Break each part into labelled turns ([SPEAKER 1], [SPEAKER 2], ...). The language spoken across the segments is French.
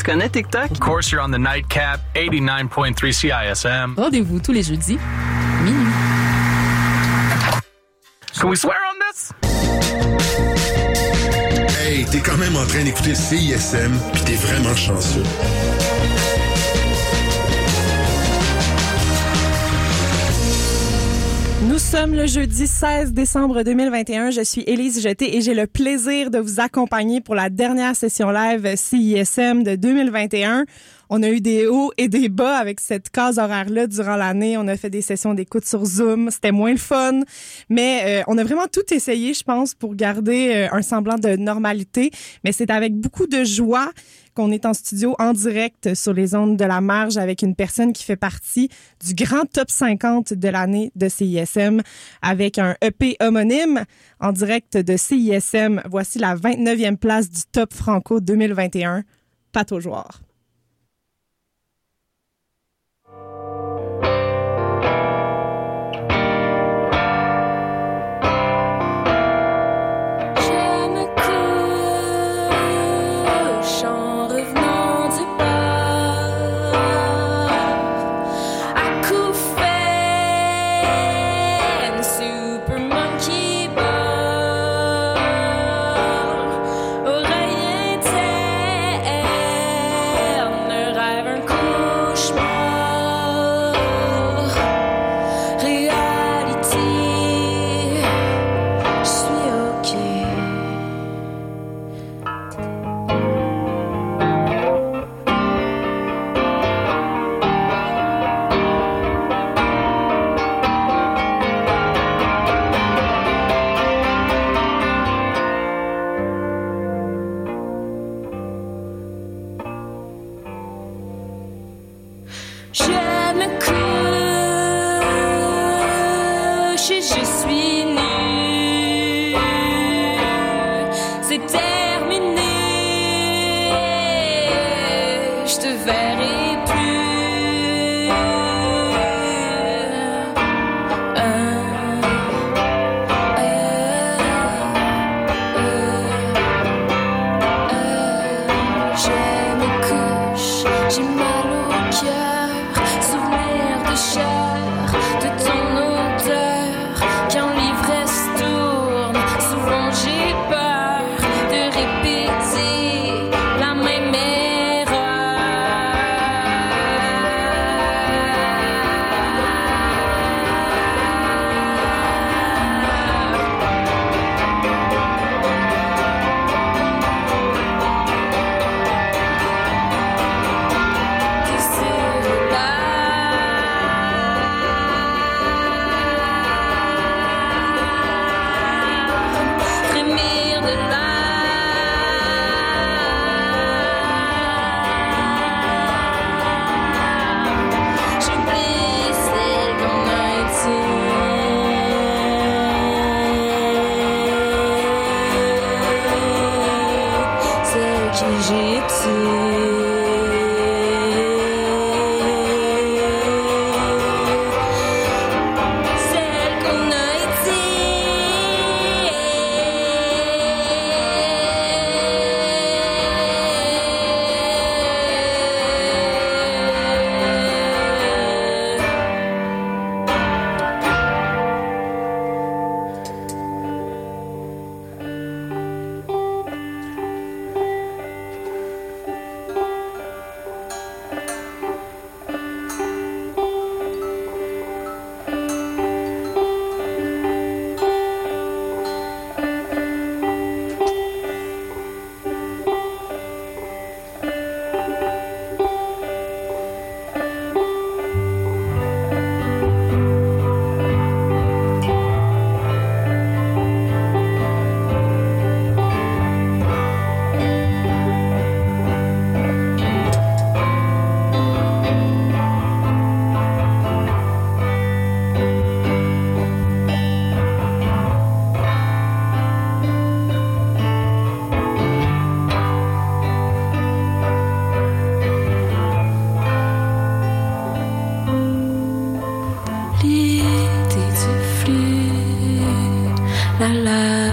[SPEAKER 1] connais TikTok?
[SPEAKER 2] Of course, you're on the Nightcap, 89.3 CISM.
[SPEAKER 3] Rendez-vous tous les jeudis, minuit.
[SPEAKER 2] Can we swear on this?
[SPEAKER 4] Hey, t'es quand même en train d'écouter CISM, pis t'es vraiment chanceux.
[SPEAKER 5] Nous sommes le jeudi 16 décembre 2021. Je suis Élise Jeté et j'ai le plaisir de vous accompagner pour la dernière session live CISM de 2021. On a eu des hauts et des bas avec cette case horaire-là durant l'année. On a fait des sessions d'écoute sur Zoom. C'était moins le fun. Mais on a vraiment tout essayé, je pense, pour garder un semblant de normalité. Mais c'est avec beaucoup de joie qu'on est en studio en direct sur les ondes de la marge avec une personne qui fait partie du grand top 50 de l'année de CISM avec un EP homonyme en direct de CISM. Voici la 29e place du top franco 2021. Pat aux joueurs.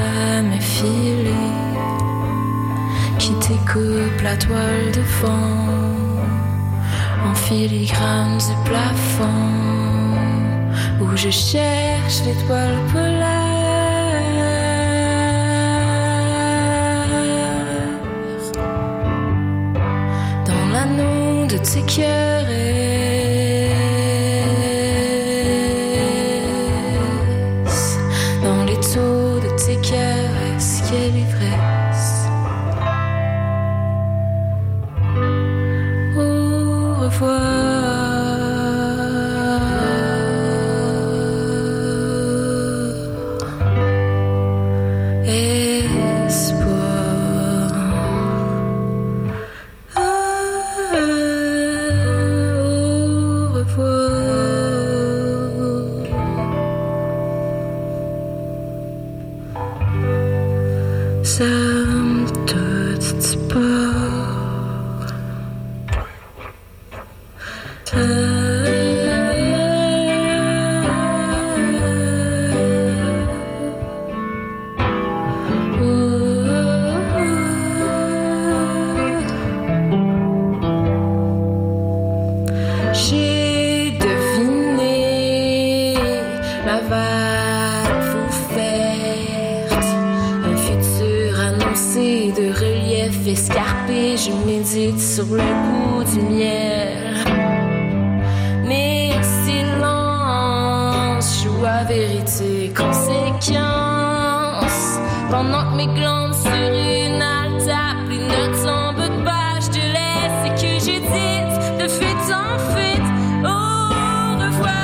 [SPEAKER 6] la toile de fond.
[SPEAKER 1] filigrane du plafond où je cherche l'étoile polaire dans l'anneau de tes caresses, dans les taux de tes caresses. Quelle ivresse. Au revoir. Somme toute tu pars. J'ai deviné la valve ouverte, un futur annoncé de relief escarpé. Je médite sur le goût du miel. Mes silences jouent à vérité conséquence. Pendant que mes glandes sur une altable, les notes en bas de page de laisse et que j'édite de fuite en fuite. Au revoir.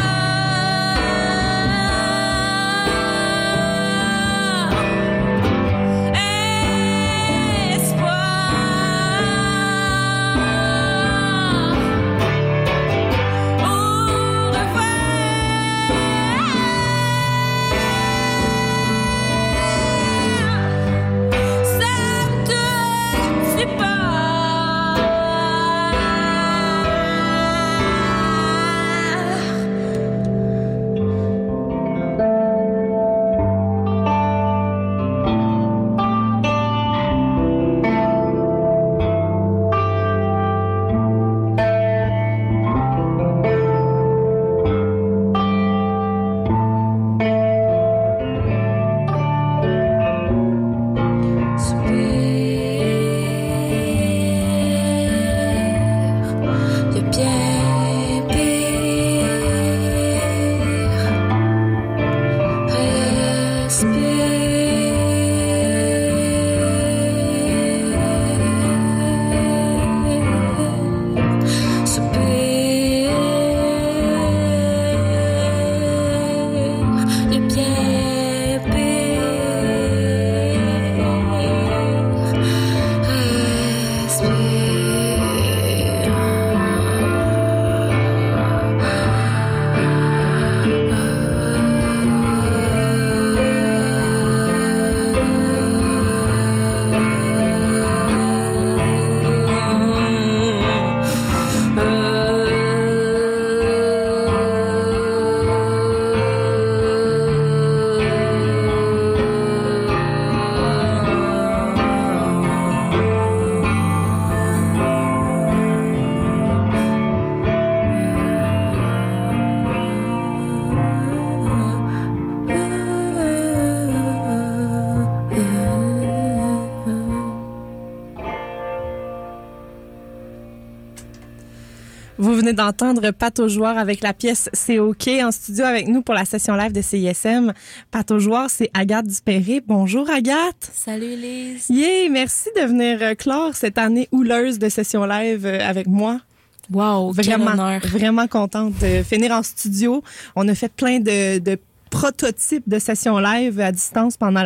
[SPEAKER 5] Vous venez d'entendre Pat aux joueurs avec la pièce C'est OK. En studio avec nous pour la session live de CISM. Pat aux joueurs, c'est Agathe Dupéré. Bonjour Agathe.
[SPEAKER 1] Salut Elise.
[SPEAKER 5] Yeah, merci de venir clore cette année houleuse de session live avec moi.
[SPEAKER 1] Wow,
[SPEAKER 5] Vraiment contente de finir en studio. On a fait plein de prototypes de sessions live à distance pendant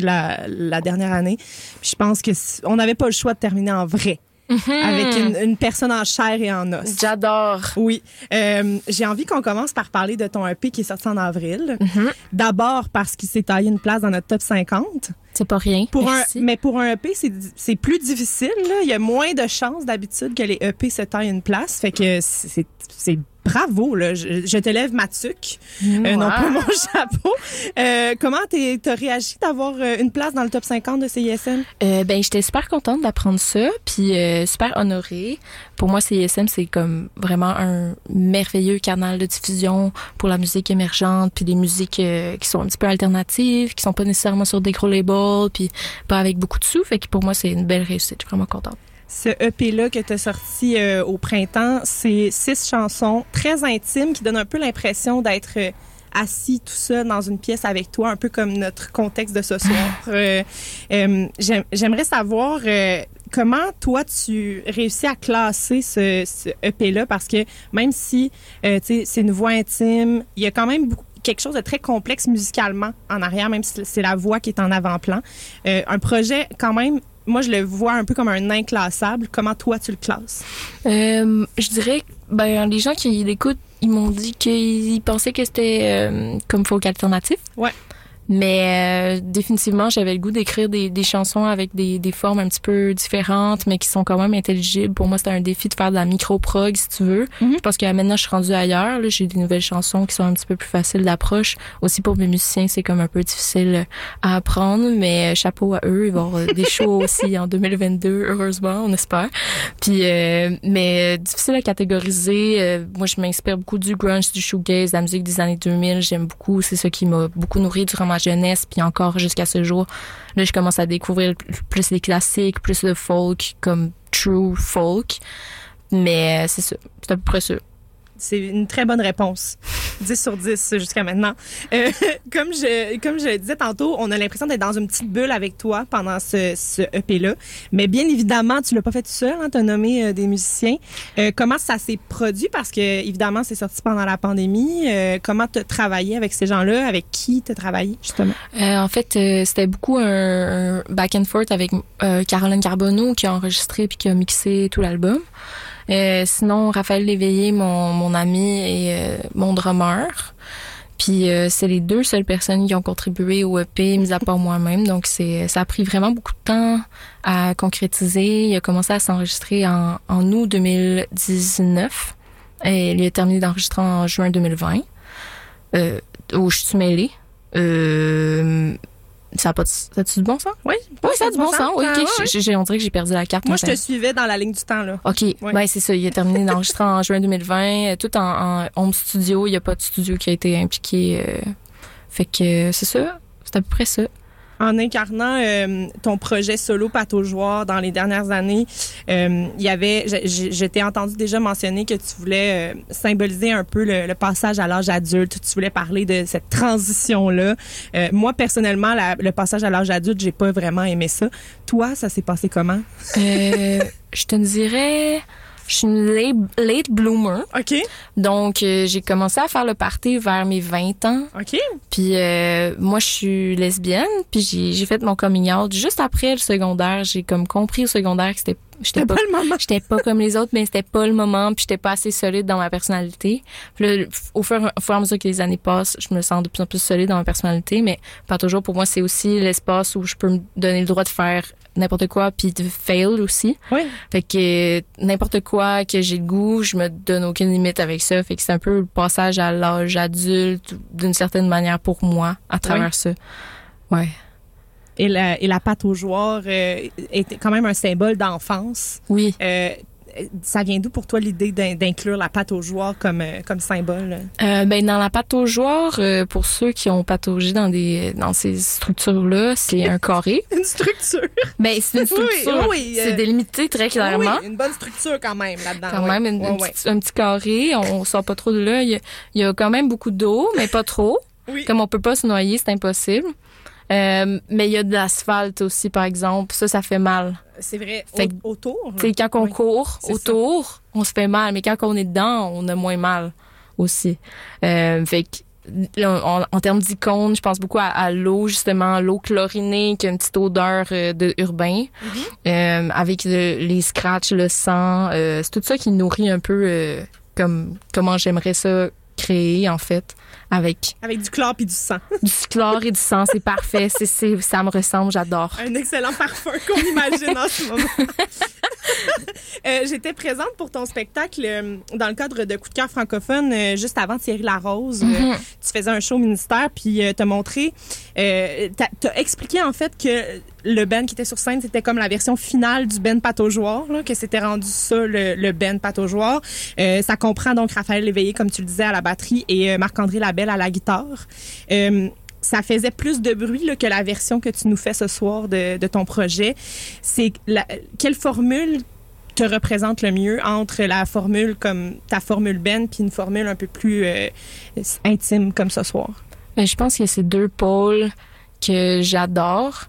[SPEAKER 5] la dernière année. Puis je pense que on n'avait pas le choix de terminer en vrai. Avec une personne en chair et en os.
[SPEAKER 1] J'adore.
[SPEAKER 5] Oui. J'ai envie qu'on commence par parler de ton EP qui est sorti en avril. D'abord parce qu'il s'est taillé une place dans notre top 50.
[SPEAKER 1] C'est pas rien.
[SPEAKER 5] Mais pour un EP, c'est plus difficile. Là. Il y a moins de chances d'habitude que les EP se taillent une place. Fait que c'est bravo, là. Je te lève ma tuque, non pas mon chapeau. Comment t'as réagi d'avoir une place dans le top 50 de CISM?
[SPEAKER 3] J'étais super contente d'apprendre ça, puis super honorée. Pour moi, CISM, c'est comme vraiment un merveilleux canal de diffusion pour la musique émergente, puis des musiques qui sont un petit peu alternatives, qui sont pas nécessairement sur des gros labels, puis pas avec beaucoup de sous. Fait que pour moi, c'est une belle réussite. Je suis vraiment contente.
[SPEAKER 5] Ce EP-là que tu as sorti au printemps, c'est 6 chansons très intimes qui donnent un peu l'impression d'être assis tout ça dans une pièce avec toi, un peu comme notre contexte de ce soir. J'aimerais savoir comment toi tu réussis à classer ce EP-là, parce que même si c'est une voix intime, il y a quand même quelque chose de très complexe musicalement en arrière, même si c'est la voix qui est en avant-plan. Un projet quand même, moi, je le vois un peu comme un inclassable. Comment toi, tu le classes?
[SPEAKER 3] Je dirais, les gens qui l'écoutent, ils m'ont dit qu'ils pensaient que c'était comme folk alternatif.
[SPEAKER 5] Ouais.
[SPEAKER 3] Mais définitivement, j'avais le goût d'écrire des chansons avec des formes un petit peu différentes, mais qui sont quand même intelligibles. Pour moi, c'était un défi de faire de la micro-prog, si tu veux. Mm-hmm. Parce que maintenant, je suis rendue ailleurs. Là, j'ai des nouvelles chansons qui sont un petit peu plus faciles d'approche. Aussi, pour mes musiciens, c'est comme un peu difficile à apprendre, mais chapeau à eux. Ils vont avoir des shows aussi en 2022, heureusement, on espère. Puis, mais difficile à catégoriser. Moi, je m'inspire beaucoup du grunge, du shoegaze, de la musique des années 2000. J'aime beaucoup. C'est ça qui m'a beaucoup nourri durant ma jeunesse, puis encore jusqu'à ce jour. Là, je commence à découvrir plus les classiques, plus le folk, comme true folk. Mais c'est ça. C'est à peu près ça.
[SPEAKER 5] C'est une très bonne réponse. 10 sur 10 jusqu'à maintenant. Comme je le disais tantôt, on a l'impression d'être dans une petite bulle avec toi pendant ce EP-là. Mais bien évidemment, tu l'as pas fait tout seul, hein, tu as nommé des musiciens. Comment ça s'est produit? Parce que, évidemment, c'est sorti pendant la pandémie. Comment tu as travaillé avec ces gens-là? Avec qui tu as travaillé, justement?
[SPEAKER 3] En fait, c'était beaucoup un back and forth avec Caroline Carbonneau qui a enregistré puis qui a mixé tout l'album. Sinon, Raphaël Léveillé, mon ami et mon drummer. Puis c'est les 2 seules personnes qui ont contribué au EP, mis à part moi-même. Donc ça a pris vraiment beaucoup de temps à concrétiser. Il a commencé à s'enregistrer en août 2019 et il a terminé d'enregistrer en juin 2020. Où je suis mêlée. Ça a-tu du bon sens?
[SPEAKER 5] Oui,
[SPEAKER 3] ça a du bon sens. Oui, okay. On dirait que j'ai perdu la carte.
[SPEAKER 5] Moi, je te suivais dans la ligne du temps, là.
[SPEAKER 3] OK. Ouais, c'est ça. Il a terminé d'enregistrer en juin 2020, tout en home studio. Il n'y a pas de studio qui a été impliqué. Fait que c'est ça. C'est à peu près ça.
[SPEAKER 5] En incarnant ton projet solo Pataugeoire dans les dernières années, il y avait, je t'ai entendu déjà mentionner que tu voulais symboliser un peu le passage à l'âge adulte. Tu voulais parler de cette transition-là. Moi, personnellement, le passage à l'âge adulte, j'ai pas vraiment aimé ça. Toi, ça s'est passé comment?
[SPEAKER 3] Je te dirais... Je suis une late bloomer.
[SPEAKER 5] OK.
[SPEAKER 3] Donc, j'ai commencé à faire le party vers mes 20 ans.
[SPEAKER 5] OK.
[SPEAKER 3] Puis, moi, je suis lesbienne. Puis, j'ai fait mon coming out. Juste après le secondaire, j'ai comme compris au secondaire que j'étais pas
[SPEAKER 5] le moment.
[SPEAKER 3] J'étais pas comme les autres, mais c'était pas le moment. Puis, j'étais pas assez solide dans ma personnalité. Puis là, au fur et à mesure que les années passent, je me sens de plus en plus solide dans ma personnalité. Mais pas toujours. Pour moi, c'est aussi l'espace où je peux me donner le droit de faire n'importe quoi, puis de fail aussi.
[SPEAKER 5] Oui.
[SPEAKER 3] Fait que n'importe quoi que j'ai le goût, je me donne aucune limite avec ça. Fait que c'est un peu le passage à l'âge adulte d'une certaine manière pour moi à travers ça. Ouais.
[SPEAKER 5] Et la Pataugeoire est quand même un symbole d'enfance.
[SPEAKER 3] Oui.
[SPEAKER 5] Ça vient d'où pour toi l'idée d'inclure la Pataugeoire comme symbole?
[SPEAKER 3] Dans la Pataugeoire, pour ceux qui ont pataugé dans ces structures-là, c'est un carré.
[SPEAKER 5] Une structure?
[SPEAKER 3] C'est une structure. Oui, c'est délimité très clairement.
[SPEAKER 5] Oui, une bonne structure quand même là-dedans.
[SPEAKER 3] Quand même, un petit carré. On sort pas trop de là. Il y a quand même beaucoup d'eau, mais pas trop. Oui. Comme on peut pas se noyer, c'est impossible. Mais il y a de l'asphalte aussi, par exemple. Ça fait mal.
[SPEAKER 5] C'est vrai. Autour?
[SPEAKER 3] Quand on court autour, on se fait mal. Mais quand on est dedans, on a moins mal aussi. Fait que, là, en termes d'icônes, je pense beaucoup à l'eau, justement. L'eau chlorinée qui a une petite odeur de urbain. Mm-hmm. Avec les scratchs, le sang. C'est tout ça qui nourrit un peu comment j'aimerais ça créer, en fait, avec
[SPEAKER 5] du chlore puis du sang.
[SPEAKER 3] du chlore et du sang. C'est parfait. Ça me ressemble, j'adore.
[SPEAKER 5] Un excellent parfum qu'on imagine en ce moment. J'étais présente pour ton spectacle dans le cadre de Coup de cœur francophone juste avant Thierry Larose. Tu faisais un show au ministère puis t'as montré, t'as expliqué en fait que le band qui était sur scène, c'était comme la version finale du band Pataugeoire, là, que c'était rendu ça, le band Pataugeoire. Ça comprend donc Raphaël Léveillé, comme tu le disais, à la batterie et Marc-André Labelle à la guitare. Ça faisait plus de bruit là, que la version que tu nous fais ce soir de ton projet. Quelle formule te représente le mieux entre la formule comme ta formule band puis une formule un peu plus intime comme ce soir?
[SPEAKER 3] Ben, je pense que c'est deux pôles que j'adore.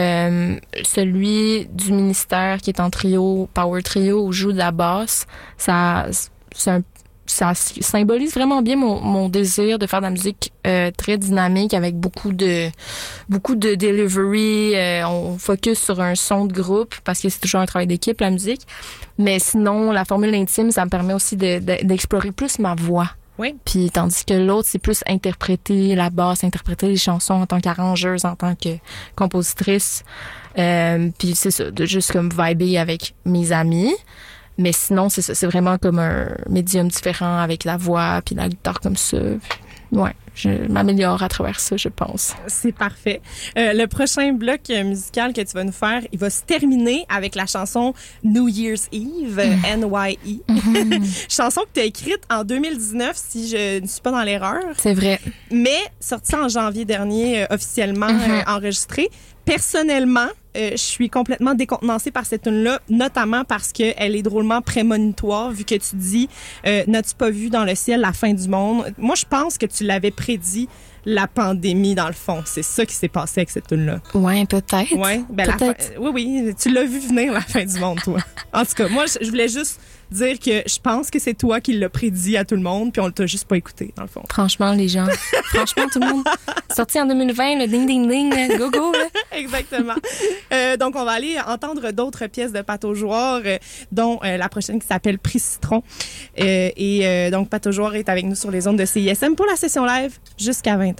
[SPEAKER 3] Celui du ministère qui est en trio, power trio, où je joue de la basse, ça symbolise vraiment bien mon désir de faire de la musique très dynamique avec beaucoup de delivery. On focus sur un son de groupe parce que c'est toujours un travail d'équipe, la musique. Mais sinon, la formule intime, ça me permet aussi d'explorer plus ma voix.
[SPEAKER 5] Oui.
[SPEAKER 3] Puis tandis que l'autre, c'est plus interpréter la basse, interpréter les chansons en tant qu'arrangeuse, en tant que compositrice. Puis c'est ça, de juste comme vibrer avec mes amis. Mais sinon, c'est ça, c'est vraiment comme un médium différent avec la voix puis la guitare comme ça. Ouais, je m'améliore à travers ça, je pense.
[SPEAKER 5] C'est parfait. Le prochain bloc musical que tu vas nous faire, il va se terminer avec la chanson New Year's Eve, NYE. Chanson que tu as écrite en 2019, si je ne suis pas dans l'erreur.
[SPEAKER 3] C'est vrai.
[SPEAKER 5] Mais sortie en janvier dernier, officiellement enregistrée. Personnellement, je suis complètement décontenancée par cette tune-là, notamment parce qu'elle est drôlement prémonitoire, vu que tu dis « N'as-tu pas vu dans le ciel la fin du monde? » Moi, je pense que tu l'avais prédit, la pandémie, dans le fond. C'est ça qui s'est passé avec cette tune-là.
[SPEAKER 3] Ouais, peut-être.
[SPEAKER 5] Ouais, ben
[SPEAKER 3] peut-être.
[SPEAKER 5] Oui, tu l'as vu venir, la fin du monde, toi. En tout cas, moi, je voulais juste dire que je pense que c'est toi qui l'as prédit à tout le monde, puis on t'a juste pas écouté, dans le fond.
[SPEAKER 3] Franchement, les gens. Franchement, tout le monde. Sorti en 2020, le ding-ding-ding, go-go. Là.
[SPEAKER 5] Exactement. Donc, on va aller entendre d'autres pièces de Pataugeoire, dont la prochaine qui s'appelle Prix Citron. Donc, Pataugeoire est avec nous sur les ondes de CISM pour la session live jusqu'à 20h.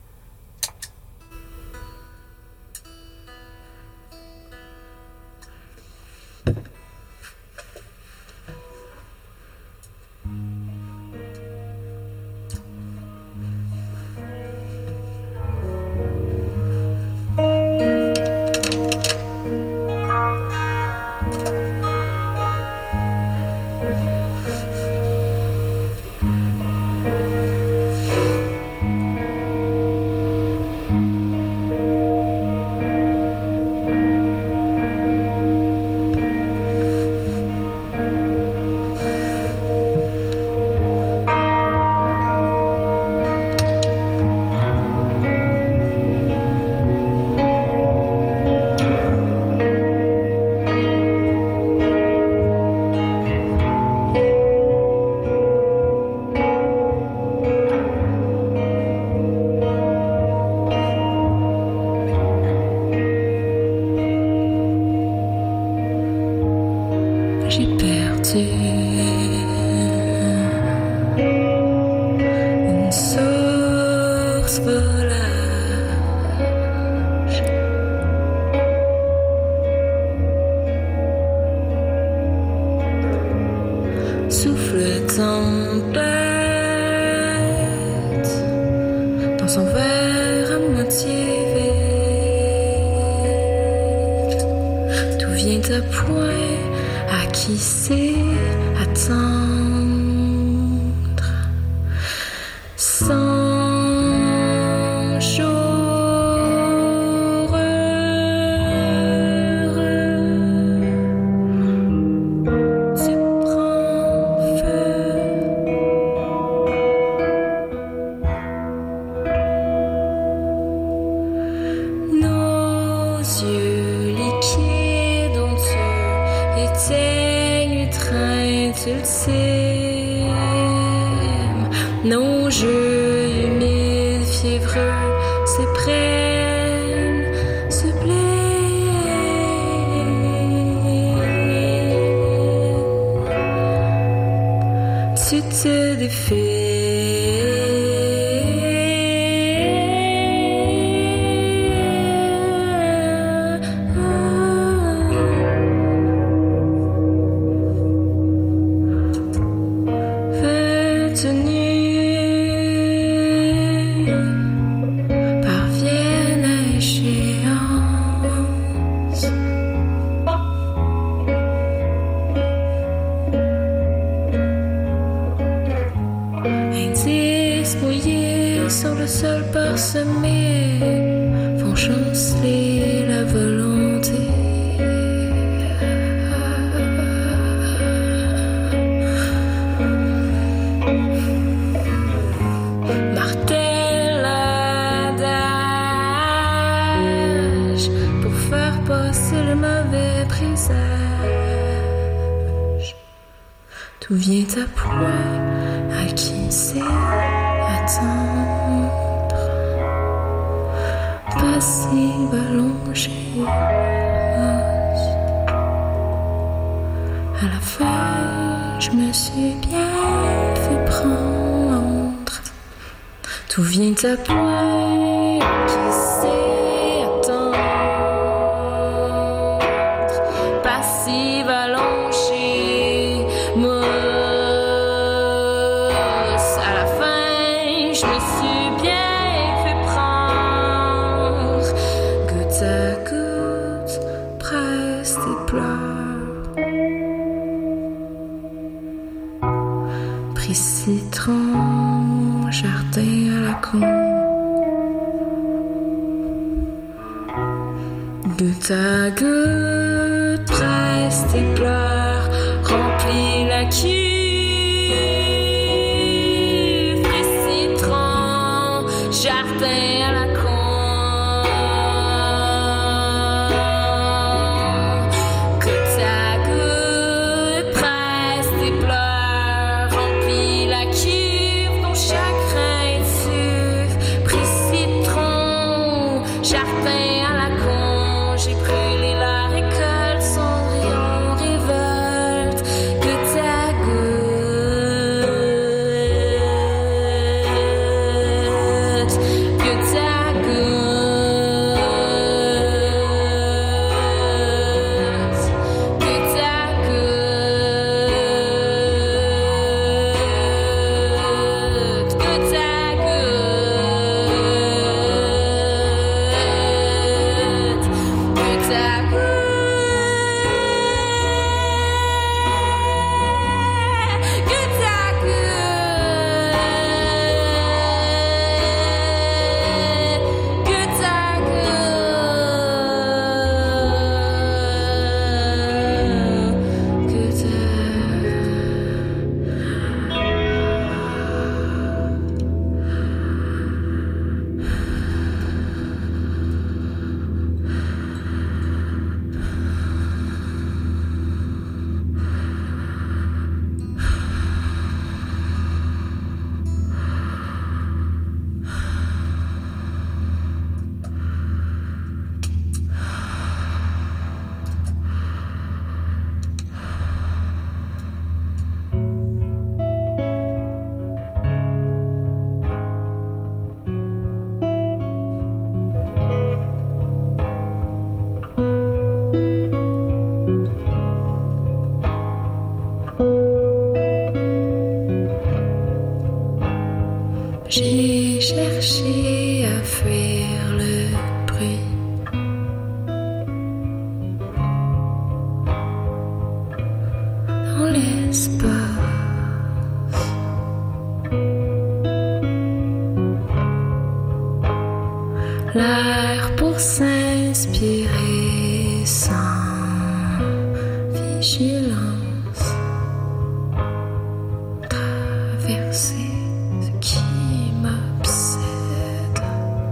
[SPEAKER 1] J'ai perdu une source volage, souffle tempête dans son verre à moitié vide. D'où vient ta pointe? À qui sait attendre sans jour heureux, tu prends feu. Nos yeux liquides ont éteigne, étreinte, ultime. Nos jeux humides, fiévreux, s'éprennent, se plaignent. Tu te défais sur le sol parsemé font chanceler la volonté. Martèle adage pour faire passer le mauvais présage. Tout vient à point à qui sait attendre. Passive allongée, à la fin, je me suis bien fait prendre. Tout vient à point qui sait attendre. Passive allongée, mousse. À la fin, je me suis bien fait prendre. Goutte à goutte, presse tes pleurs. Pris citron, jardin à la con. Goutte à goutte, presse tes pleurs. Remplis la cuve. Pris citron, jardin à la con. Goutte à goutte, presse tes pleurs. Remplis la cuve, ton chagrin est suve. Pris citron, jardin à la con. J'ai brûlé la récolte, cendrillon révolte. Goutte à goutte, goutte à goutte, goutte à goutte, goutte à goutte, goutte à J'ai cherché à fuir le bruit. Dans l'espace, l'air pour s'inspirer sans vigilance, traverser ce qui m'obsède.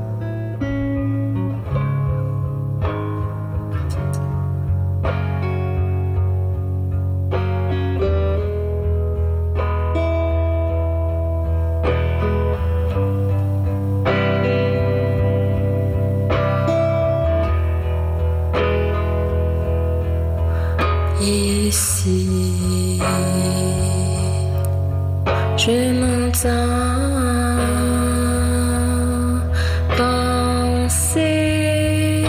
[SPEAKER 1] Ici, je m'entends penser.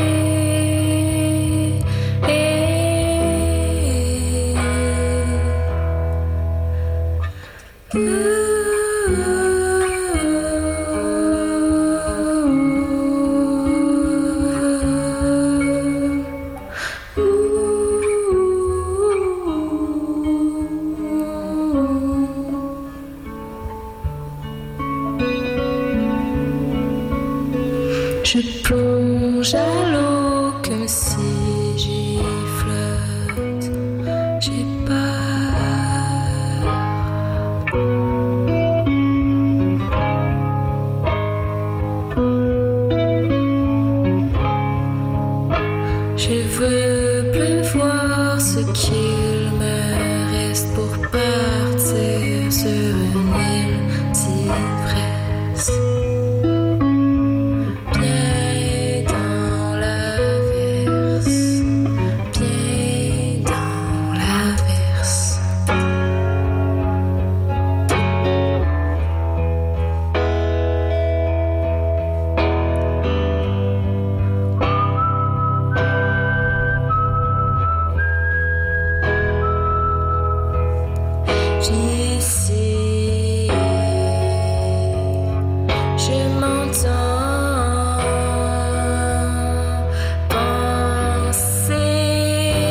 [SPEAKER 1] Je plonge à l'eau comme si j'y flotte. J'ai peur. Je veux plus voir ce qu'il me reste pour partir sur une île d'ivresse. Bien dans l'averse, bien dans l'averse. J'ici, je m'entends penser.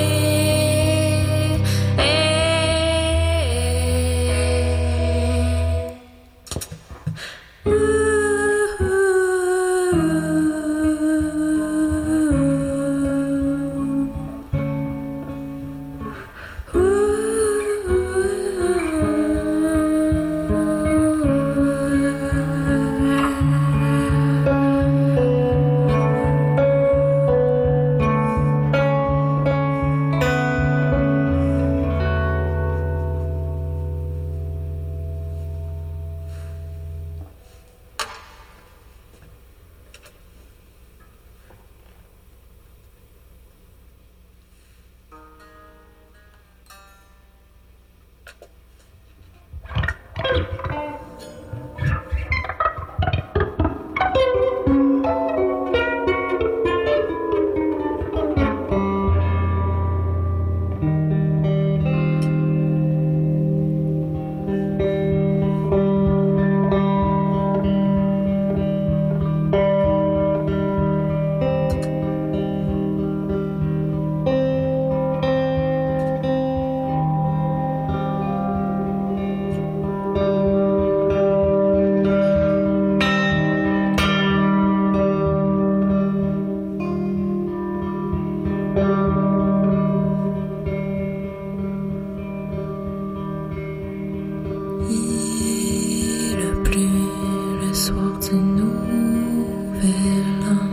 [SPEAKER 1] Il a plu le soir du nouvel an.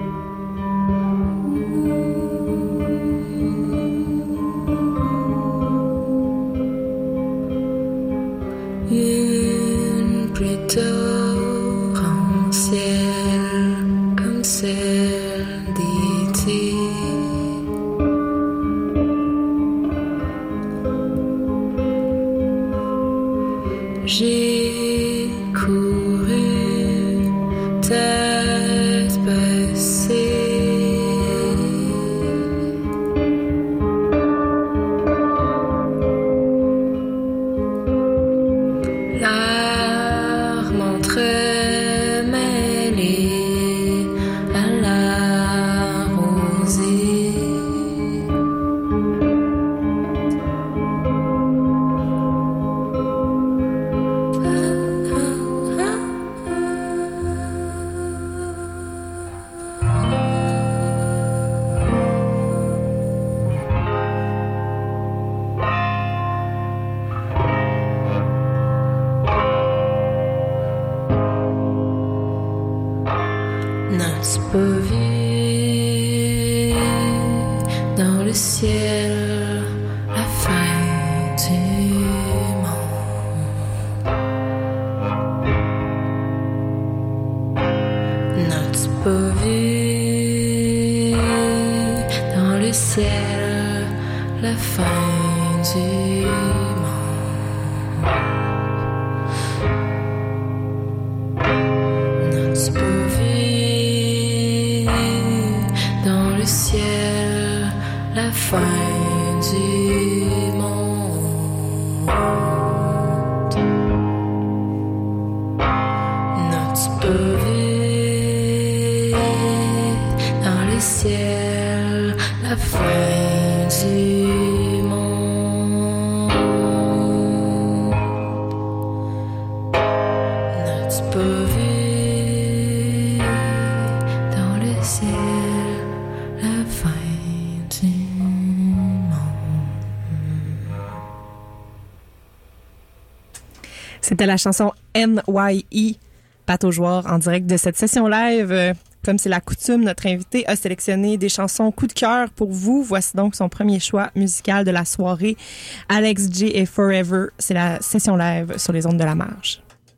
[SPEAKER 1] Une pluie torrentielle comme celle d'été. J'ai couru tête baissée. Larmes entremêlées à la rosée. N'as-tu pas vu dans le ciel la fin du monde? N'as-tu pas vu dans le ciel la fin du monde? N'as-tu pas vu dans le ciel la fin du monde? N'as-tu pas vu dans le ciel la fin du monde? N'as-tu pas vu
[SPEAKER 5] C'était la chanson NYE, Pat aux joueurs, en direct de cette session live. Comme c'est la coutume, notre invité a sélectionné des chansons coup de cœur pour vous. Voici donc son premier choix musical de la soirée. Alex J et Forever. C'est la session live sur les ondes de la marge.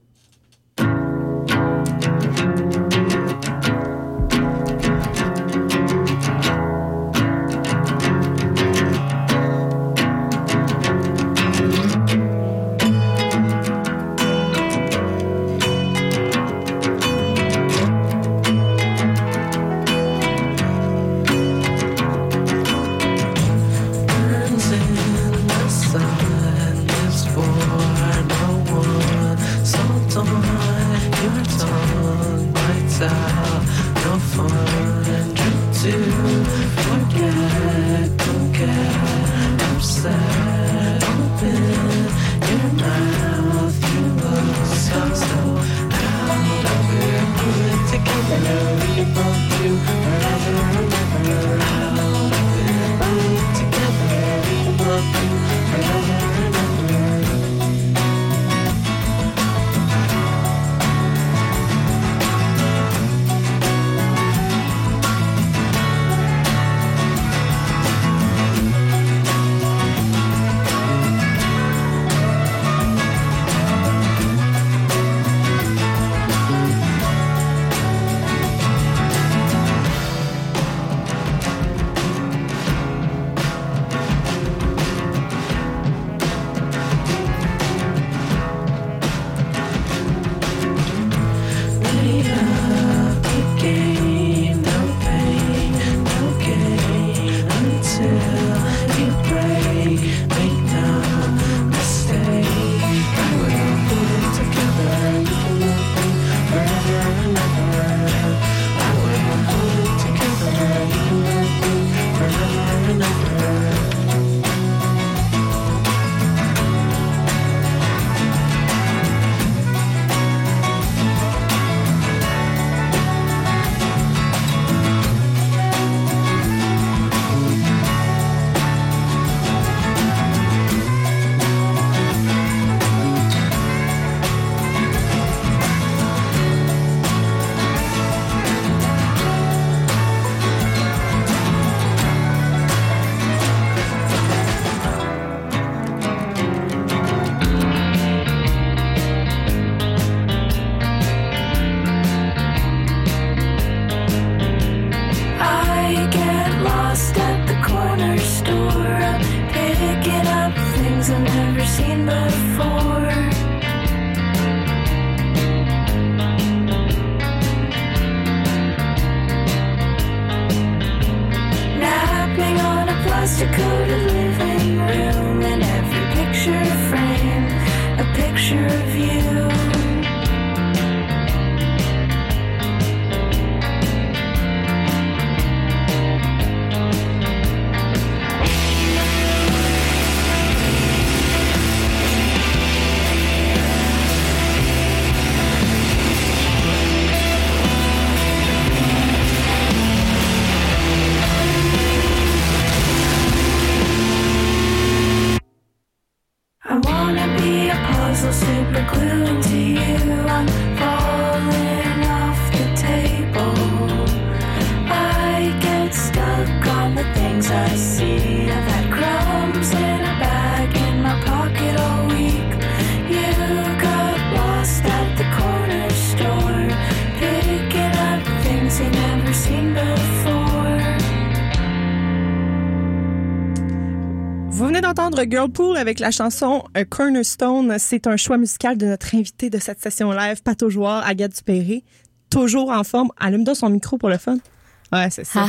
[SPEAKER 5] Vous venez d'entendre Girlpool avec la chanson Cornerstone. C'est un choix musical de notre invité de cette session live, Pat aux joueurs, Agathe Dupéré. Toujours en forme. Allume donc son micro pour le fun. Ouais, c'est ça.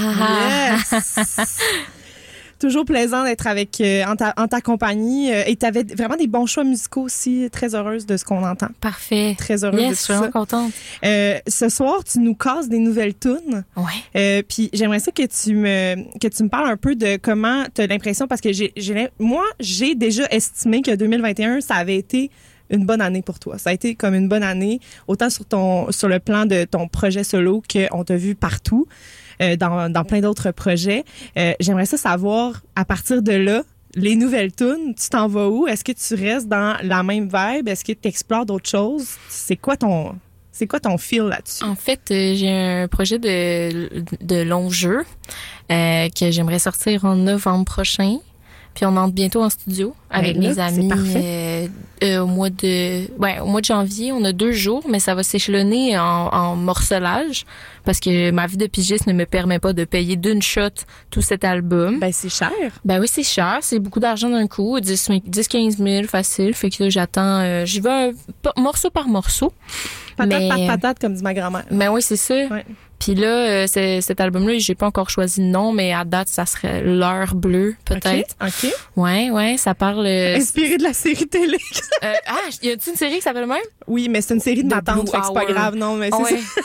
[SPEAKER 5] Yes! Toujours plaisant d'être avec en ta compagnie. Et tu avais vraiment des bons choix musicaux aussi. Très heureuse de ce qu'on entend.
[SPEAKER 3] Parfait.
[SPEAKER 5] Très heureuse de tout ça.
[SPEAKER 3] Je suis vraiment contente.
[SPEAKER 5] Ce soir, tu nous casses des nouvelles tunes.
[SPEAKER 3] Ouais.
[SPEAKER 5] Puis j'aimerais ça que tu me parles un peu de comment tu as l'impression, parce que moi, j'ai déjà estimé que 2021, ça avait été une bonne année pour toi. Ça a été comme une bonne année, autant sur le plan de ton projet solo qu'on t'a vu partout. Dans plein d'autres projets. J'aimerais ça savoir, à partir de là, les nouvelles tunes, tu t'en vas où? Est-ce que tu restes dans la même vibe? Est-ce que tu explores d'autres choses? C'est quoi ton feel là-dessus?
[SPEAKER 3] En fait, j'ai un projet de long jeu que j'aimerais sortir en novembre prochain. Puis on entre bientôt en studio avec mes amis au mois de janvier. On a 2 jours, mais ça va s'échelonner en morcelage parce que ma vie de pigiste ne me permet pas de payer d'une shot tout cet album.
[SPEAKER 5] Ben c'est cher.
[SPEAKER 3] Ben oui, c'est cher. C'est beaucoup d'argent d'un coup. 10-15 000 facile. Fait que là, j'attends... j'y vais morceau par morceau.
[SPEAKER 5] Patate par patate, comme dit ma grand-mère.
[SPEAKER 3] Ben oui, c'est ça. Ouais. Puis là, cet album-là, j'ai pas encore choisi de nom, mais à date, ça serait L'heure bleue, peut-être.
[SPEAKER 5] OK.
[SPEAKER 3] Ouais, ça parle...
[SPEAKER 5] Inspiré de la série télé.
[SPEAKER 3] Y a-t-il une série qui s'appelle le même?
[SPEAKER 5] Oui, mais c'est une série de ma tante, fait que c'est pas grave, non, mais c'est ça.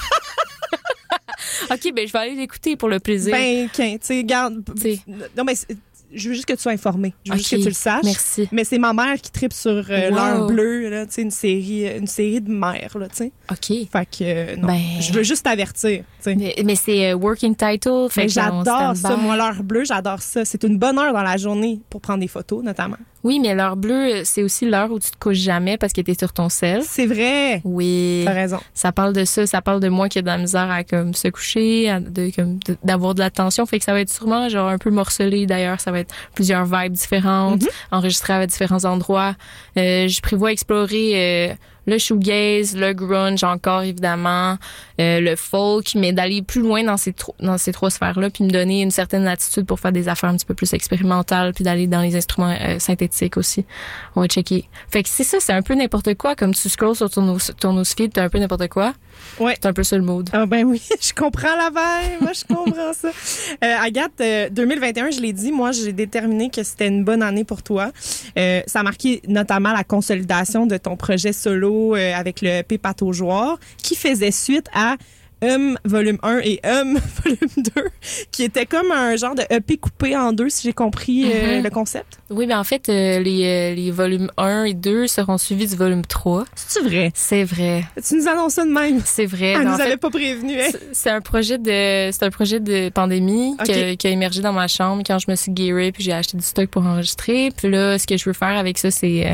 [SPEAKER 3] OK, ben je vais aller l'écouter pour le plaisir.
[SPEAKER 5] Ben, tu sais, garde... Non, mais... Je veux juste que tu sois informé. Je veux juste que tu le saches.
[SPEAKER 3] Merci.
[SPEAKER 5] Mais c'est ma mère qui tripe sur L'heure bleue, là, tu sais, une série de mères, là, tu sais.
[SPEAKER 3] OK.
[SPEAKER 5] Fait que, non. Je veux juste t'avertir, tu sais.
[SPEAKER 3] Mais c'est working title. Fait que
[SPEAKER 5] j'adore ça. Moi, L'heure bleue, j'adore ça. C'est une bonne heure dans la journée pour prendre des photos, notamment.
[SPEAKER 3] Oui, mais l'heure bleue, c'est aussi l'heure où tu te couches jamais parce que t'es sur ton sel.
[SPEAKER 5] C'est vrai.
[SPEAKER 3] Oui.
[SPEAKER 5] T'as raison.
[SPEAKER 3] Ça parle de ça. Ça parle de moi qui a de la misère à comme se coucher, d'avoir de l'attention. Fait que ça va être sûrement genre un peu morcelé. D'ailleurs, ça va être plusieurs vibes différentes, enregistrées à différents endroits. Je prévois explorer le shoegaze, le grunge encore évidemment, le folk, mais d'aller plus loin dans ces 3 sphères-là, puis me donner une certaine attitude pour faire des affaires un petit peu plus expérimentales, puis d'aller dans les instruments synthétiques aussi. On va checker. Fait que c'est ça, c'est un peu n'importe quoi. Comme tu scrolls sur ton newsfeed, t'as un peu n'importe quoi.
[SPEAKER 5] Ouais.
[SPEAKER 3] C'est un peu ça le mood.
[SPEAKER 5] Ah ben oui, je comprends la vibe. Moi, je comprends ça. Agathe, 2021, je l'ai dit, moi, j'ai déterminé que c'était une bonne année pour toi. Ça a marqué notamment la consolidation de ton projet solo avec le EP Pataugeoire, qui faisait suite à volume 1 et volume 2, qui était comme un genre de EP coupé en 2, si j'ai compris le concept.
[SPEAKER 3] Oui, mais en fait, les volumes 1 et 2 seront suivis du volume 3.
[SPEAKER 5] C'est vrai?
[SPEAKER 3] C'est vrai.
[SPEAKER 5] Tu nous annonces ça de même?
[SPEAKER 3] C'est vrai.
[SPEAKER 5] Elle nous avait pas prévenu, hein?
[SPEAKER 3] C'est un projet de pandémie qui a émergé dans ma chambre quand je me suis guérée, puis j'ai acheté du stock pour enregistrer. Puis là, ce que je veux faire avec ça, c'est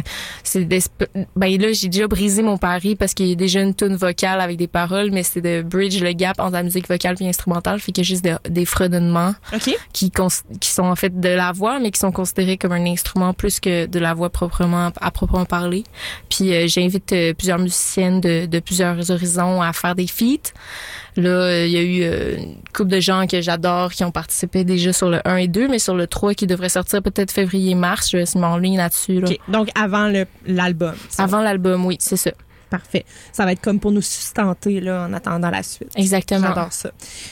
[SPEAKER 3] là, j'ai déjà brisé mon pari parce qu'il y a déjà une tune vocale avec des paroles, mais c'est de bridge le gap entre la musique vocale et instrumentale, fait qu'il y a juste des fredonnements qui sont en fait de la voix, mais qui sont considérés comme un instrument plus que de la voix à proprement parler. Puis j'invite plusieurs musiciennes de plusieurs horizons à faire des feats. Là, il y a eu une couple de gens que j'adore qui ont participé déjà sur le 1 et 2, mais sur le 3 qui devrait sortir peut-être février-mars, je vais essayer en ligne là-dessus. Là.
[SPEAKER 5] Okay. Donc avant l'album.
[SPEAKER 3] Avant l'album, oui, c'est ça.
[SPEAKER 5] Parfait. Ça va être comme pour nous sustenter là, en attendant la suite.
[SPEAKER 3] Exactement.
[SPEAKER 5] J'adore ça.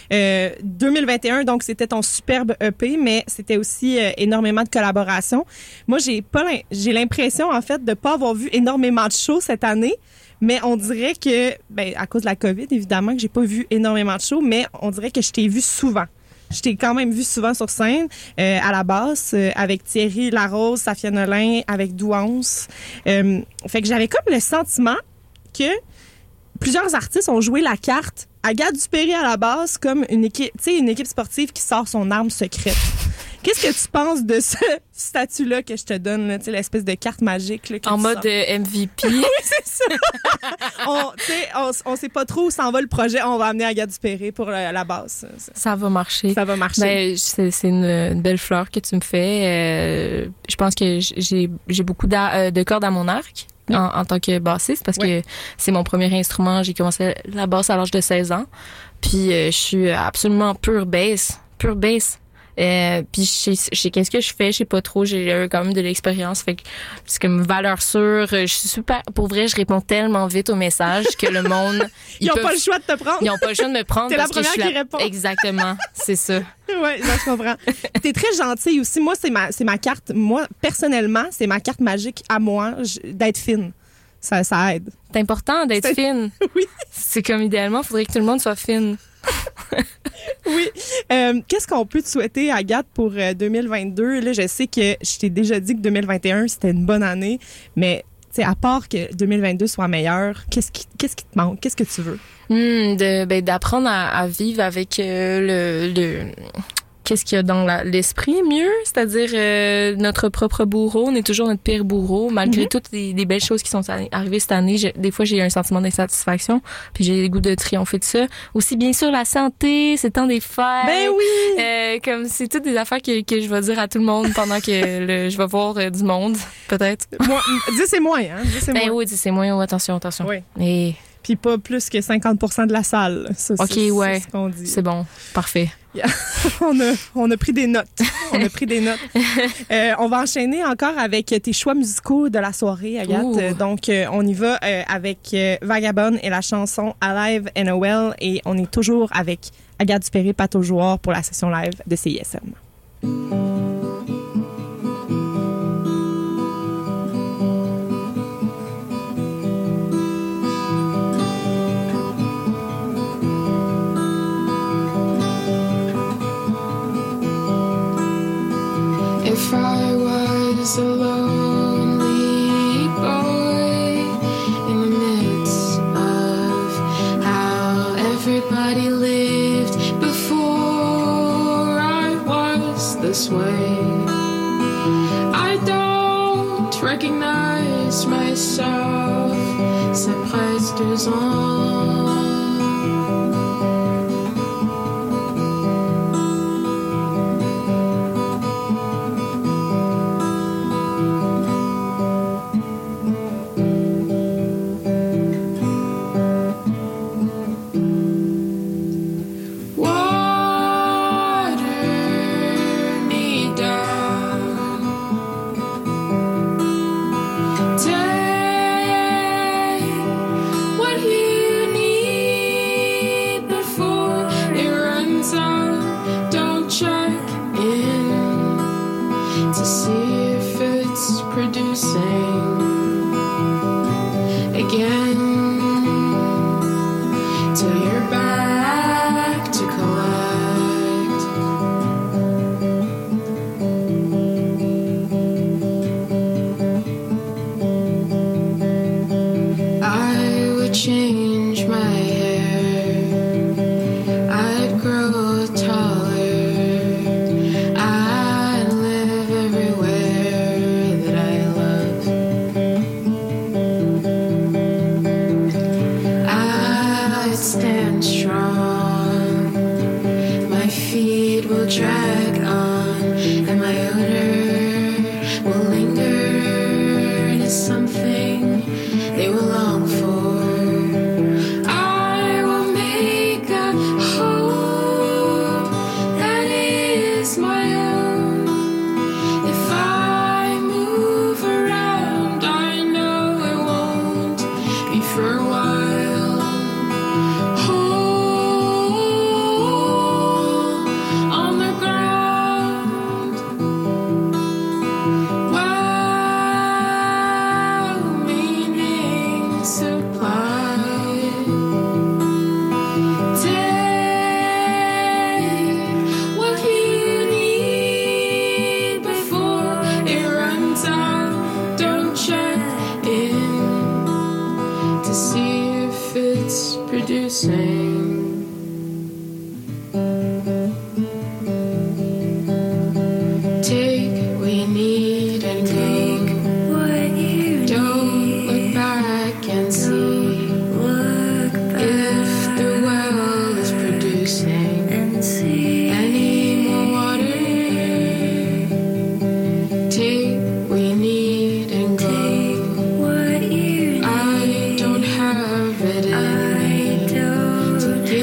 [SPEAKER 5] 2021, donc, c'était ton superbe EP, mais c'était aussi énormément de collaborations. Moi, j'ai l'impression, en fait, de pas avoir vu énormément de shows cette année, mais on dirait que, à cause de la COVID, évidemment, que j'ai pas vu énormément de shows, mais on dirait que je t'ai vu souvent. Je t'ai quand même vu souvent sur scène, à la basse, avec Thierry Larose, Safia Nolin, avec Douance. Fait que j'avais comme le sentiment que plusieurs artistes ont joué la carte Agathe Dupéry à la base comme une équipe sportive qui sort son arme secrète. Qu'est-ce que tu penses de ce statut-là que je te donne, là, l'espèce de carte magique? Là,
[SPEAKER 3] en mode MVP.
[SPEAKER 5] Oui, c'est ça. on sait pas trop où s'en va le projet. On va amener Agathe Dupéry pour la base.
[SPEAKER 3] Ça va marcher.
[SPEAKER 5] Ça va marcher.
[SPEAKER 3] C'est une belle fleur que tu me fais. Je pense que j'ai beaucoup de cordes à mon arc. En tant que bassiste, parce que c'est mon premier instrument. J'ai commencé la basse à l'âge de 16 ans. Puis je suis absolument pure bass. Puis je sais qu'est-ce que je fais, je sais pas trop, j'ai quand même de l'expérience, fait que c'est comme valeur sûre. Je suis super, pour vrai, je réponds tellement vite aux messages que le monde
[SPEAKER 5] ils ont pas le choix de te prendre.
[SPEAKER 3] Ils ont pas le choix de me prendre.
[SPEAKER 5] T'es
[SPEAKER 3] parce
[SPEAKER 5] la première
[SPEAKER 3] que je suis
[SPEAKER 5] qui répond.
[SPEAKER 3] Exactement, c'est ça.
[SPEAKER 5] Ouais, je comprends. T'es très gentille aussi. Moi, c'est ma carte. Moi, personnellement, c'est ma carte magique à moi d'être fine. Ça aide.
[SPEAKER 3] C'est important d'être fine.
[SPEAKER 5] Oui.
[SPEAKER 3] C'est comme idéalement, il faudrait que tout le monde soit fine.
[SPEAKER 5] Oui. Qu'est-ce qu'on peut te souhaiter, Agathe, pour 2022? Là, je sais que je t'ai déjà dit que 2021, c'était une bonne année, mais à part que 2022 soit meilleur, qu'est-ce qui te manque? Qu'est-ce que tu veux?
[SPEAKER 3] D'apprendre à vivre avec qu'est-ce qu'il y a dans l'esprit mieux, c'est-à-dire notre propre bourreau. On est toujours notre pire bourreau, malgré toutes les belles choses qui sont arrivées cette année. Des fois, j'ai un sentiment d'insatisfaction, puis j'ai le goût de triompher de ça. Aussi, bien sûr, la santé, c'est le temps des fêtes.
[SPEAKER 5] Ben oui!
[SPEAKER 3] Comme c'est toutes des affaires que je vais dire à tout le monde pendant que je vais voir du monde, peut-être.
[SPEAKER 5] Moi, dis c'est moins, hein? Dis c'est moins.
[SPEAKER 3] Oui, dis c'est moins. Oh, attention.
[SPEAKER 5] Oui.
[SPEAKER 3] Et...
[SPEAKER 5] Puis pas plus que 50% de la salle. Ça,
[SPEAKER 3] OK,
[SPEAKER 5] c'est
[SPEAKER 3] ouais.
[SPEAKER 5] ce qu'on dit.
[SPEAKER 3] C'est bon. Parfait.
[SPEAKER 5] Yeah. on a pris des notes. On va enchaîner encore avec tes choix musicaux de la soirée, Agathe. Donc, on y va avec Vagabond et la chanson Alive and Well. Et on est toujours avec Agathe Dupéré, Pat au joueur pour la session live de CISM.
[SPEAKER 6] If I was a lonely boy in the midst of how everybody lived before I was this way, I don't recognize myself. C'est presque 2 ans.
[SPEAKER 1] What you need, I don't have it in me to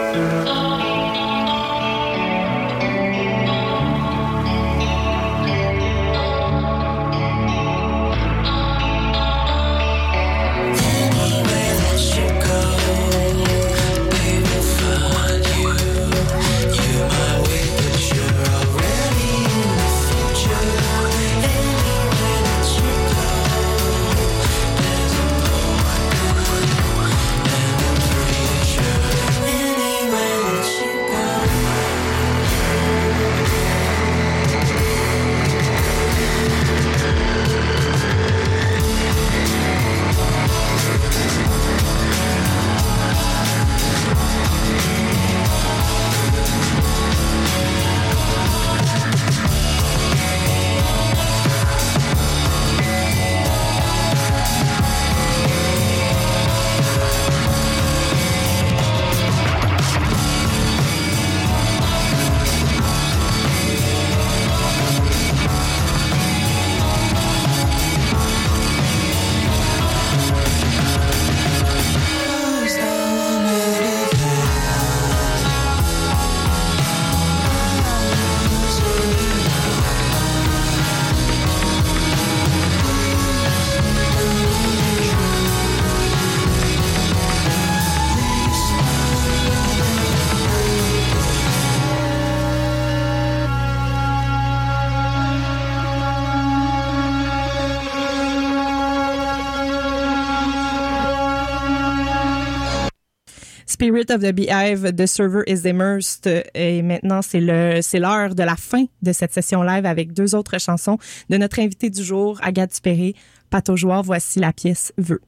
[SPEAKER 5] Spirit of the Beehive de Server is Immersed. Et maintenant, c'est l'heure de la fin de cette session live avec deux autres chansons de notre invité du jour, Agathe Dupéré, Pâte aux joie. Voici la pièce Vœux.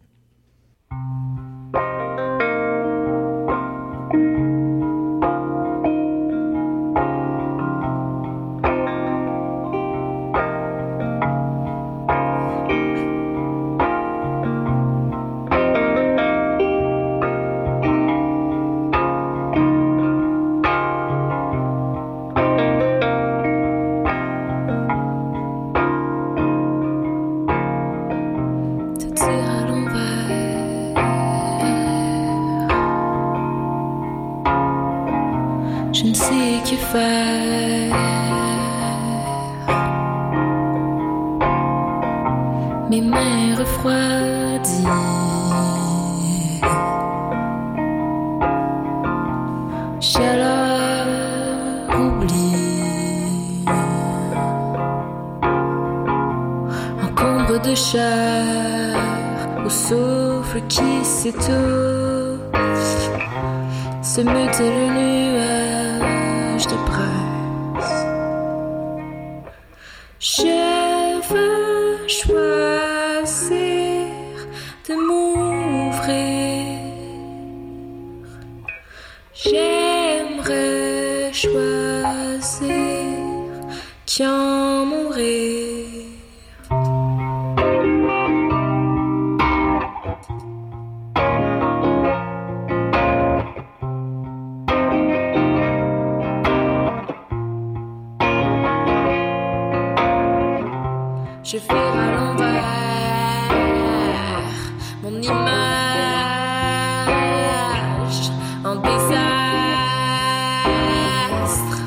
[SPEAKER 1] Je ne sais que faire. Mes mains refroidies. Chaleur oublie. Encombre de chair au souffle qui s'étouffe. Se mute le nuage de braise. Je veux choisir de m'ouvrir. J'aimerais choisir qu'en mourir. Je vire à l'envers mon image en désastre.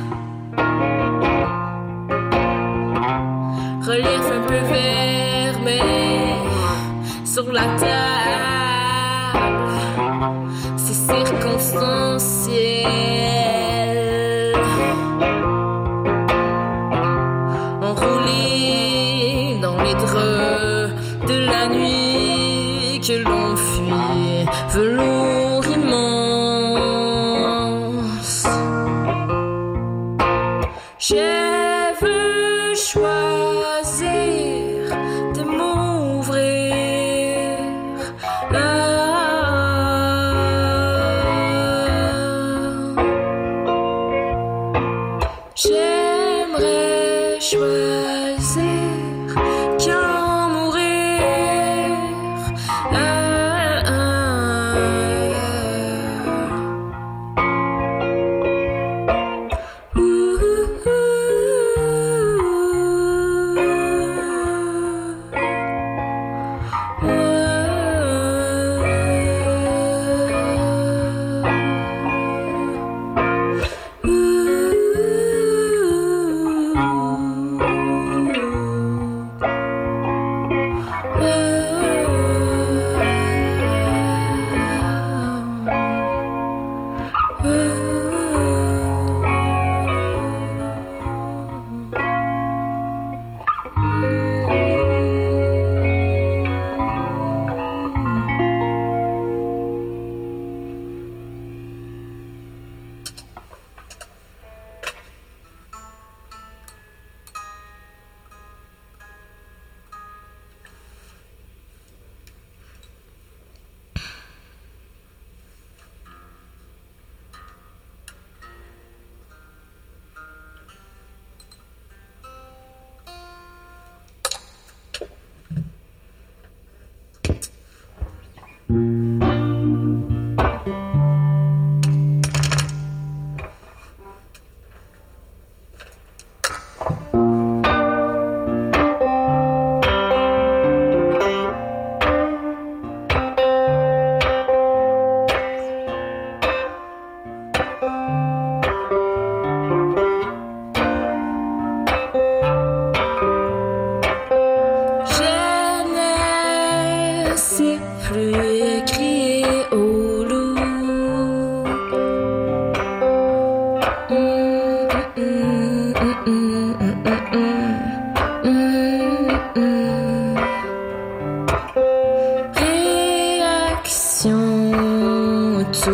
[SPEAKER 1] Relief un peu fermé sur la table. C'est circonstanciel. Enroulé dans les draps de la nuit que l'on fuit, velours immense. Je veux choisir de m'ouvrir. J'aimerais choisir qu'en mourir.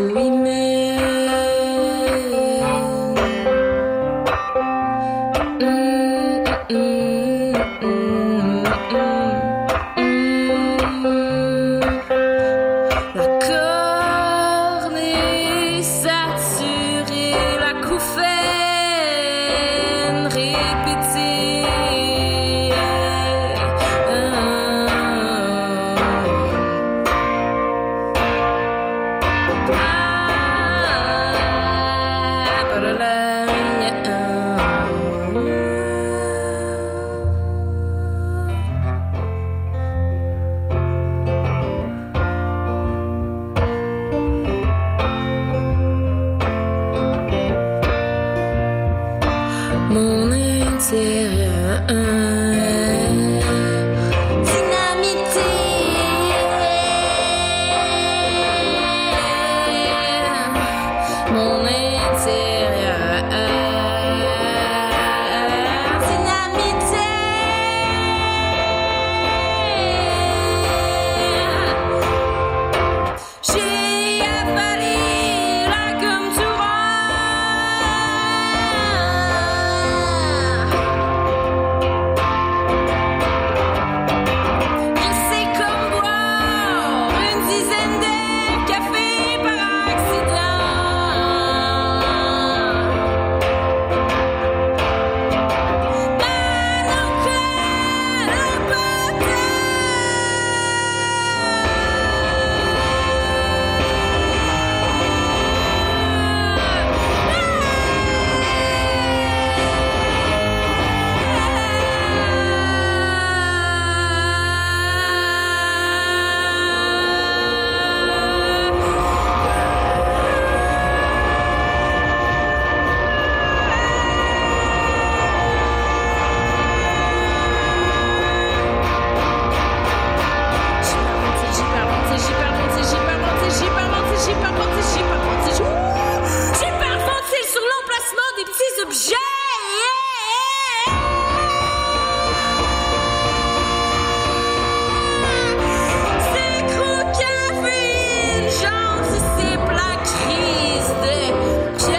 [SPEAKER 1] we mend. La corne est saturée, la couffaine répétée. Mon intérieur dynamité. Mon intérieur dynamité. J'ai avalé la gomme du roi. Et c'est comme boire une dizaine de cafés par accident. Maintenant que le j'hyperventile sur l'emplacement des petits objets. C'est crocavine, j'anticipe la crise de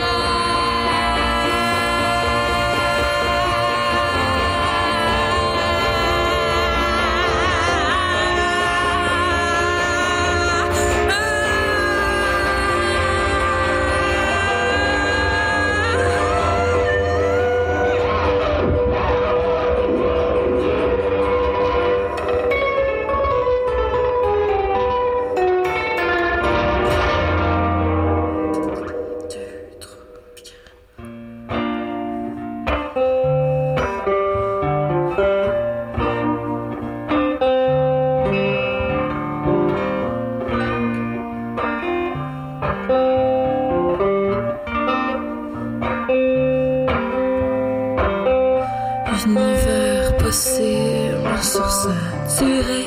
[SPEAKER 1] univers possible sursaturé.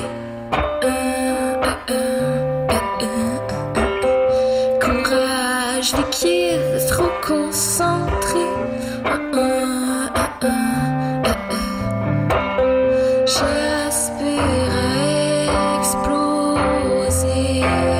[SPEAKER 1] Courage liquide, trop concentré. J'aspire à exploser.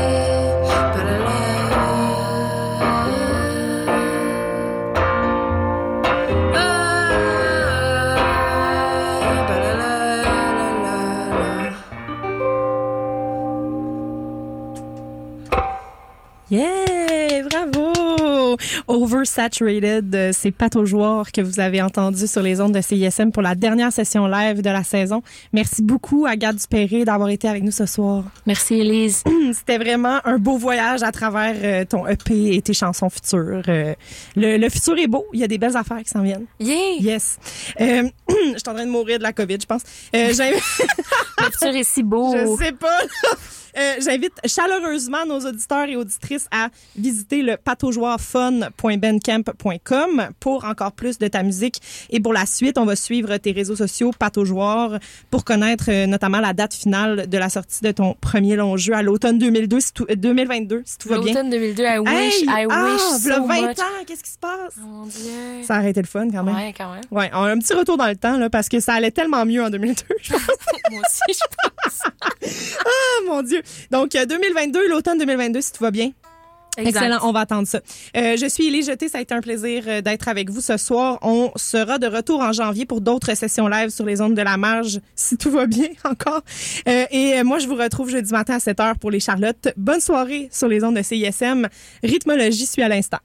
[SPEAKER 5] Yeah! Bravo! Oversaturated, c'est Pat au joueur que vous avez entendu sur les ondes de CISM pour la dernière session live de la saison. Merci beaucoup à Gad Dupéré d'avoir été avec nous ce soir.
[SPEAKER 3] Merci, Élise.
[SPEAKER 5] C'était vraiment un beau voyage à travers ton EP et tes chansons futures. Le futur est beau. Il y a des belles affaires qui s'en viennent.
[SPEAKER 3] Yeah!
[SPEAKER 5] Yes. Je suis en train de mourir de la COVID, je pense.
[SPEAKER 3] Le futur est si beau.
[SPEAKER 5] Je sais pas. J'invite chaleureusement nos auditeurs et auditrices à visiter le pataugeoirfun.bandcamp.com pour encore plus de ta musique. Et pour la suite, on va suivre tes réseaux sociaux Pataugeoir pour connaître notamment la date finale de la sortie de ton premier long jeu à l'automne 2022, si tout va bien.
[SPEAKER 3] L'automne 2022, I wish
[SPEAKER 5] v'là
[SPEAKER 3] so
[SPEAKER 5] 20
[SPEAKER 3] much.
[SPEAKER 5] ans, qu'est-ce qui se passe?
[SPEAKER 3] Oh mon Dieu.
[SPEAKER 5] Ça a arrêté le fun quand même.
[SPEAKER 3] Ouais, quand même.
[SPEAKER 5] Ouais, on a un petit retour dans le temps là, parce que ça allait tellement mieux en 2002, je pense.
[SPEAKER 3] Moi aussi, je pense.
[SPEAKER 5] Ah, mon Dieu. Donc, 2022, l'automne 2022, si tout va bien.
[SPEAKER 3] Exact.
[SPEAKER 5] Excellent, on va attendre ça. Je suis Élise Jeté, ça a été un plaisir d'être avec vous ce soir. On sera de retour en janvier pour d'autres sessions live sur les ondes de la marge, si tout va bien encore. Et moi, je vous retrouve jeudi matin à 7h pour les Charlottes. Bonne soirée sur les ondes de CISM. Rythmologie suit à l'instant.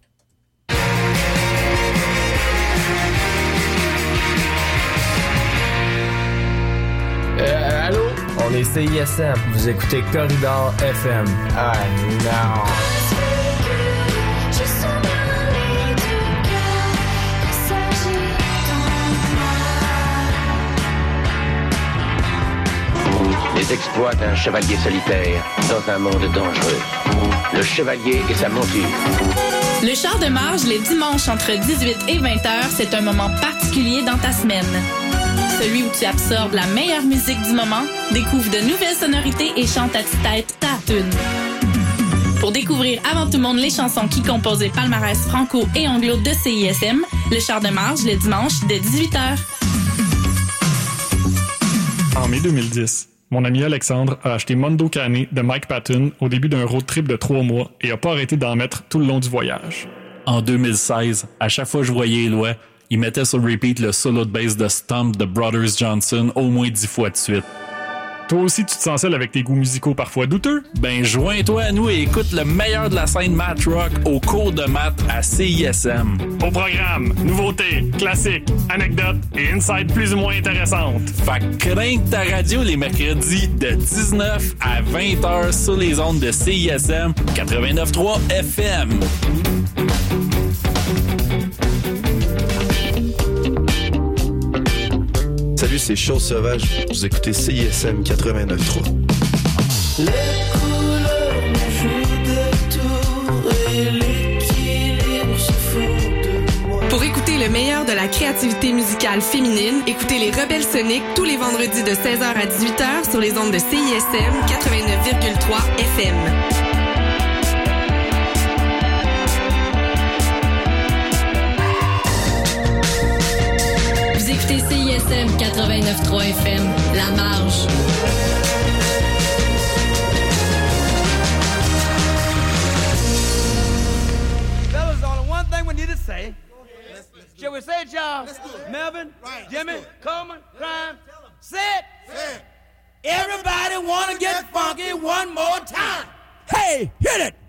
[SPEAKER 7] Allô? On est CISM. Vous écoutez Corridor FM. Ah non!
[SPEAKER 8] Les exploits d'un chevalier solitaire dans un monde dangereux. Le chevalier et sa monture.
[SPEAKER 9] Le char de marge, les dimanches entre 18 et 20h, c'est un moment particulier dans ta semaine. Celui où tu absorbes la meilleure musique du moment, découvre de nouvelles sonorités et chante à tue-tête ta tune. Pour découvrir avant tout le monde les chansons qui composent les palmarès franco et anglo de CISM, le char de marge, le dimanche, dès 18h.
[SPEAKER 10] En mai 2010, mon ami Alexandre a acheté Mondo Cane de Mike Patton au début d'un road trip de 3 mois et a pas arrêté d'en mettre tout le long du voyage.
[SPEAKER 11] En 2016, à chaque fois que je voyais Éloi, il mettait sur repeat le solo de bass de Stomp de Brothers Johnson au moins 10 fois de suite.
[SPEAKER 10] Toi aussi, tu te sens seul avec tes goûts musicaux parfois douteux?
[SPEAKER 11] Ben, joins-toi à nous et écoute le meilleur de la scène math rock au cours de maths à CISM.
[SPEAKER 10] Au programme, nouveautés, classiques, anecdotes et insights plus ou moins intéressantes.
[SPEAKER 11] Fait que crains ta radio les mercredis de 19 à 20h sur les ondes de CISM 89.3 FM.
[SPEAKER 12] Salut, c'est Chose Sauvage. Vous écoutez CISM 89.3.
[SPEAKER 6] Les couleurs nous jouent des tours et l'équilibre se fout de moi.
[SPEAKER 13] Pour écouter le meilleur de la créativité musicale féminine, écoutez les Rebelles Soniques tous les vendredis de 16h à 18h sur les ondes de CISM 89,3 FM.
[SPEAKER 14] Vous écoutez CISM 89.3 FM, La Marge.
[SPEAKER 15] Fellas, only one thing we need to say. Shall we say it, y'all? Melvin, Jimmy, Coleman, Crime, say it. Everybody wanna get funky one more time. Hey, hit it!